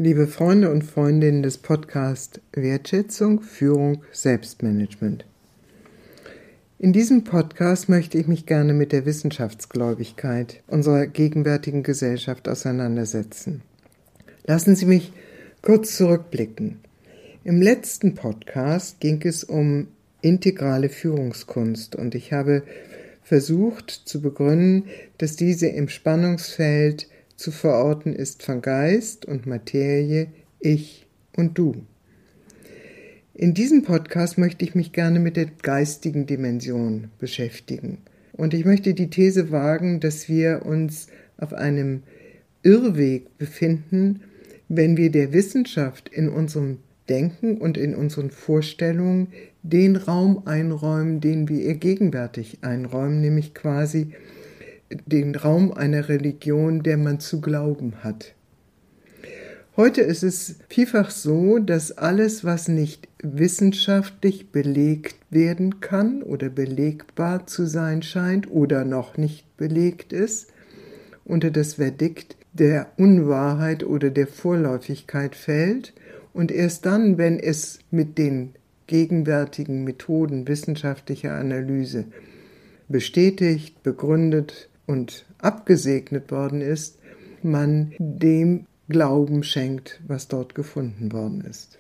Liebe Freunde und Freundinnen des Podcasts Wertschätzung, Führung, Selbstmanagement. In diesem Podcast möchte ich mich gerne mit der Wissenschaftsgläubigkeit unserer gegenwärtigen Gesellschaft auseinandersetzen. Lassen Sie mich kurz zurückblicken. Im letzten Podcast ging es um integrale Führungskunst und ich habe versucht zu begründen, dass diese im Spannungsfeld zu verorten ist von Geist und Materie, Ich und Du. In diesem Podcast möchte ich mich gerne mit der geistigen Dimension beschäftigen. Und ich möchte die These wagen, dass wir uns auf einem Irrweg befinden, wenn wir der Wissenschaft in unserem Denken und in unseren Vorstellungen den Raum einräumen, den wir ihr gegenwärtig einräumen, nämlich quasi den Raum einer Religion, der man zu glauben hat. Heute ist es vielfach so, dass alles, was nicht wissenschaftlich belegt werden kann oder belegbar zu sein scheint oder noch nicht belegt ist, unter das Verdikt der Unwahrheit oder der Vorläufigkeit fällt und erst dann, wenn es mit den gegenwärtigen Methoden wissenschaftlicher Analyse bestätigt, begründet und abgesegnet worden ist, man dem Glauben schenkt, was dort gefunden worden ist.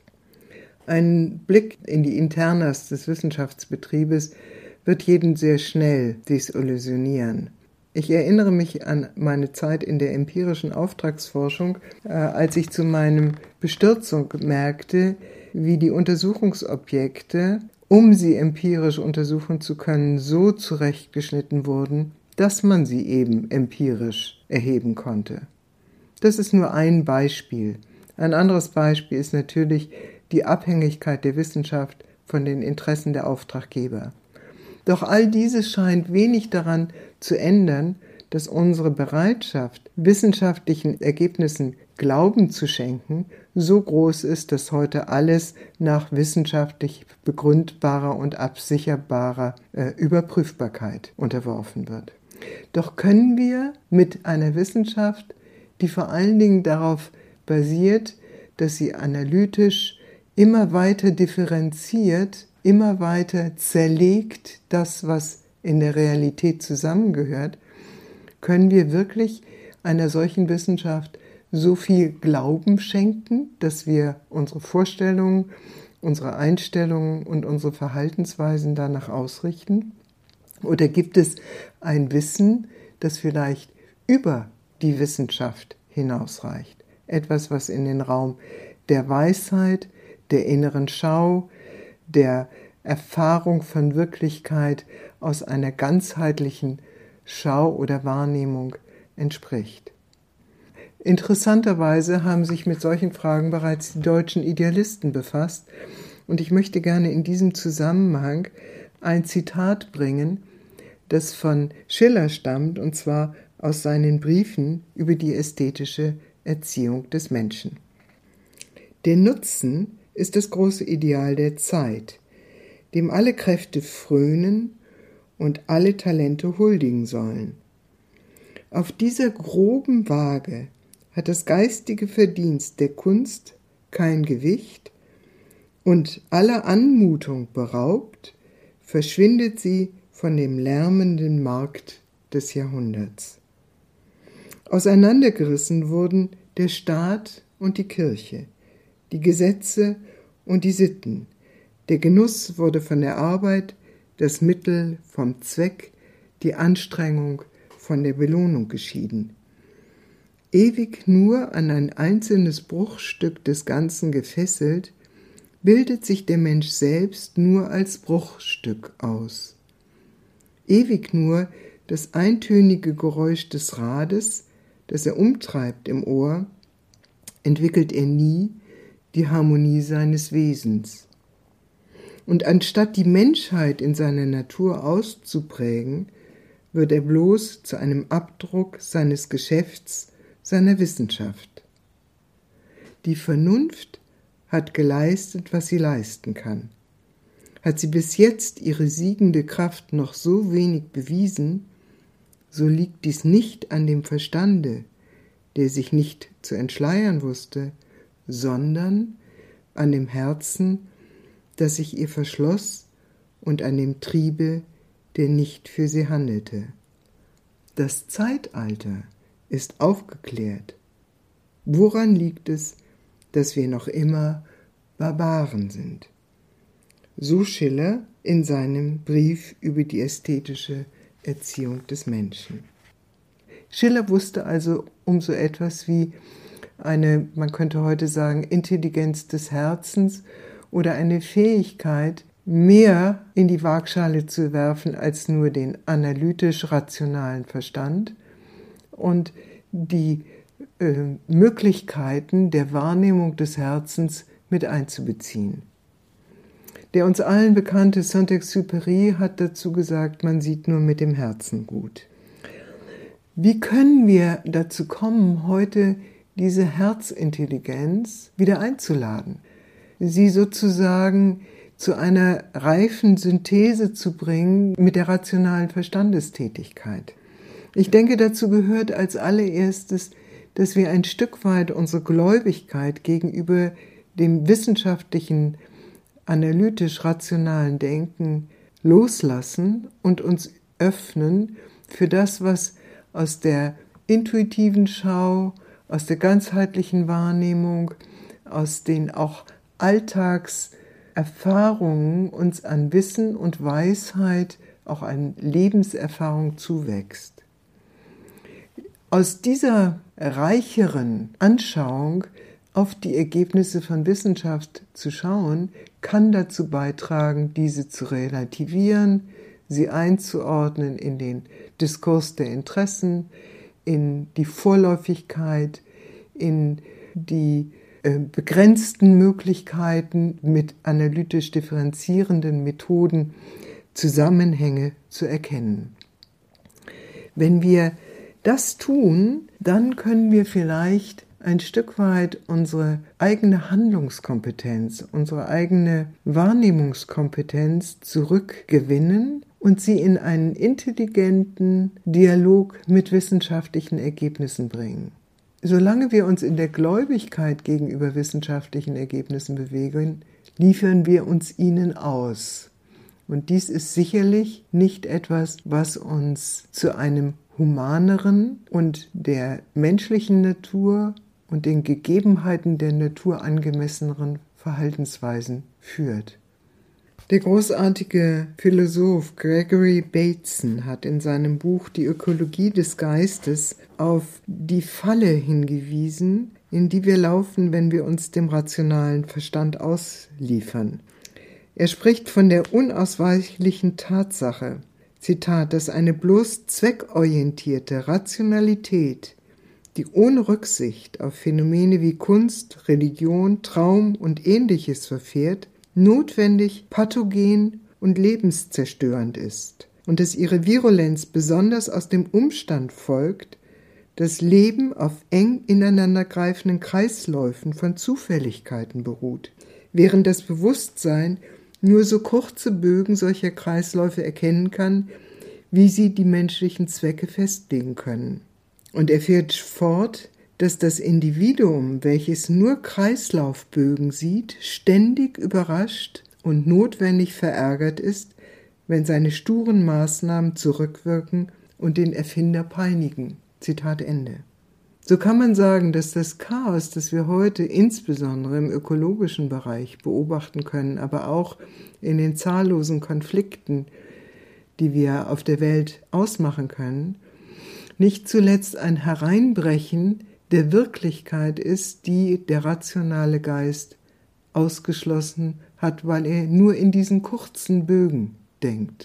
Ein Blick in die Internas des Wissenschaftsbetriebes wird jeden sehr schnell desillusionieren. Ich erinnere mich an meine Zeit in der empirischen Auftragsforschung, als ich zu meinem Bestürzung merkte, wie die Untersuchungsobjekte, um sie empirisch untersuchen zu können, so zurechtgeschnitten wurden, dass man sie eben empirisch erheben konnte. Das ist nur ein Beispiel. Ein anderes Beispiel ist natürlich die Abhängigkeit der Wissenschaft von den Interessen der Auftraggeber. Doch all dieses scheint wenig daran zu ändern, dass unsere Bereitschaft, wissenschaftlichen Ergebnissen Glauben zu schenken, so groß ist, dass heute alles nach wissenschaftlich begründbarer und absicherbarer Überprüfbarkeit unterworfen wird. Doch können wir mit einer Wissenschaft, die vor allen Dingen darauf basiert, dass sie analytisch immer weiter differenziert, immer weiter zerlegt das, was in der Realität zusammengehört, können wir wirklich einer solchen Wissenschaft so viel Glauben schenken, dass wir unsere Vorstellungen, unsere Einstellungen und unsere Verhaltensweisen danach ausrichten? Oder gibt es ein Wissen, das vielleicht über die Wissenschaft hinausreicht? Etwas, was in den Raum der Weisheit, der inneren Schau, der Erfahrung von Wirklichkeit aus einer ganzheitlichen Schau oder Wahrnehmung entspricht. Interessanterweise haben sich mit solchen Fragen bereits die deutschen Idealisten befasst und ich möchte gerne in diesem Zusammenhang ein Zitat bringen, das von Schiller stammt, und zwar aus seinen Briefen über die ästhetische Erziehung des Menschen. Der Nutzen ist das große Ideal der Zeit, dem alle Kräfte frönen und alle Talente huldigen sollen. Auf dieser groben Waage hat das geistige Verdienst der Kunst kein Gewicht und aller Anmutung beraubt, verschwindet sie von dem lärmenden Markt des Jahrhunderts. Auseinandergerissen wurden der Staat und die Kirche, die Gesetze und die Sitten. Der Genuss wurde von der Arbeit, das Mittel vom Zweck, die Anstrengung von der Belohnung geschieden. Ewig nur an ein einzelnes Bruchstück des Ganzen gefesselt, bildet sich der Mensch selbst nur als Bruchstück aus. Ewig nur das eintönige Geräusch des Rades, das er umtreibt im Ohr, entwickelt er nie die Harmonie seines Wesens. Und anstatt die Menschheit in seiner Natur auszuprägen, wird er bloß zu einem Abdruck seines Geschäfts, seiner Wissenschaft. Die Vernunft hat geleistet, was sie leisten kann. Hat sie bis jetzt ihre siegende Kraft noch so wenig bewiesen, so liegt dies nicht an dem Verstande, der sich nicht zu entschleiern wusste, sondern an dem Herzen, das sich ihr verschloss, und an dem Triebe, der nicht für sie handelte. Das Zeitalter ist aufgeklärt. Woran liegt es, dass wir noch immer Barbaren sind? So Schiller in seinem Brief über die ästhetische Erziehung des Menschen. Schiller wusste also um so etwas wie eine, man könnte heute sagen, Intelligenz des Herzens oder eine Fähigkeit, mehr in die Waagschale zu werfen als nur den analytisch-rationalen Verstand und die Möglichkeiten der Wahrnehmung des Herzens mit einzubeziehen. Der uns allen bekannte Saint-Exupéry hat dazu gesagt, man sieht nur mit dem Herzen gut. Wie können wir dazu kommen, heute diese Herzintelligenz wieder einzuladen, sie sozusagen zu einer reifen Synthese zu bringen mit der rationalen Verstandestätigkeit? Ich denke, dazu gehört als allererstes, dass wir ein Stück weit unsere Gläubigkeit gegenüber dem wissenschaftlichen, analytisch-rationalen Denken loslassen und uns öffnen für das, was aus der intuitiven Schau, aus der ganzheitlichen Wahrnehmung, aus den auch Alltagserfahrungen uns an Wissen und Weisheit, auch an Lebenserfahrung zuwächst. Aus dieser reicheren Anschauung auf die Ergebnisse von Wissenschaft zu schauen, kann dazu beitragen, diese zu relativieren, sie einzuordnen in den Diskurs der Interessen, in die Vorläufigkeit, in die begrenzten Möglichkeiten mit analytisch differenzierenden Methoden Zusammenhänge zu erkennen. Wenn wir das tun, dann können wir vielleicht ein Stück weit unsere eigene Handlungskompetenz, unsere eigene Wahrnehmungskompetenz zurückgewinnen und sie in einen intelligenten Dialog mit wissenschaftlichen Ergebnissen bringen. Solange wir uns in der Gläubigkeit gegenüber wissenschaftlichen Ergebnissen bewegen, liefern wir uns ihnen aus. Und dies ist sicherlich nicht etwas, was uns zu einem humaneren und der menschlichen Natur und den Gegebenheiten der Natur angemesseneren Verhaltensweisen führt. Der großartige Philosoph Gregory Bateson hat in seinem Buch Die Ökologie des Geistes auf die Falle hingewiesen, in die wir laufen, wenn wir uns dem rationalen Verstand ausliefern. Er spricht von der unausweichlichen Tatsache, Zitat, dass eine bloß zweckorientierte Rationalität, die ohne Rücksicht auf Phänomene wie Kunst, Religion, Traum und Ähnliches verfährt, notwendig pathogen und lebenszerstörend ist und dass ihre Virulenz besonders aus dem Umstand folgt, dass Leben auf eng ineinandergreifenden Kreisläufen von Zufälligkeiten beruht, während das Bewusstsein nur so kurze Bögen solcher Kreisläufe erkennen kann, wie sie die menschlichen Zwecke festlegen können. Und er fährt fort, dass das Individuum, welches nur Kreislaufbögen sieht, ständig überrascht und notwendig verärgert ist, wenn seine sturen Maßnahmen zurückwirken und den Erfinder peinigen. Zitat Ende. So kann man sagen, dass das Chaos, das wir heute insbesondere im ökologischen Bereich beobachten können, aber auch in den zahllosen Konflikten, die wir auf der Welt ausmachen können, nicht zuletzt ein Hereinbrechen der Wirklichkeit ist, die der rationale Geist ausgeschlossen hat, weil er nur in diesen kurzen Bögen denkt.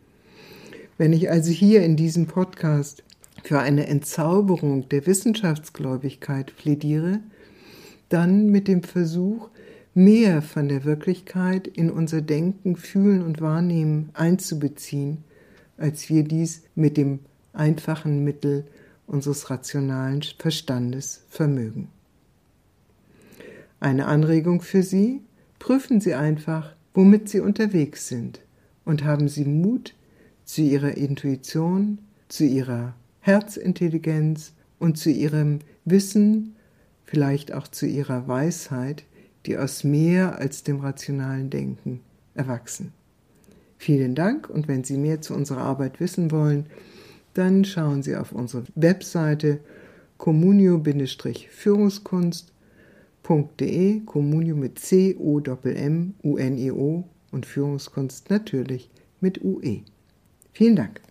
Wenn ich also hier in diesem Podcast für eine Entzauberung der Wissenschaftsgläubigkeit plädiere, dann mit dem Versuch, mehr von der Wirklichkeit in unser Denken, Fühlen und Wahrnehmen einzubeziehen, als wir dies mit dem einfachen Mittel unseres rationalen Verstandes vermögen. Eine Anregung für Sie: Prüfen Sie einfach, womit Sie unterwegs sind und haben Sie Mut zu Ihrer Intuition, zu Ihrer Herzintelligenz und zu Ihrem Wissen vielleicht auch zu ihrer Weisheit, die aus mehr als dem rationalen Denken erwachsen. Vielen Dank, und wenn Sie mehr zu unserer Arbeit wissen wollen, dann schauen Sie auf unsere Webseite communio-führungskunst.de, Communio mit C-O-M-M-U-N-I-O und Führungskunst natürlich mit UE. Vielen Dank.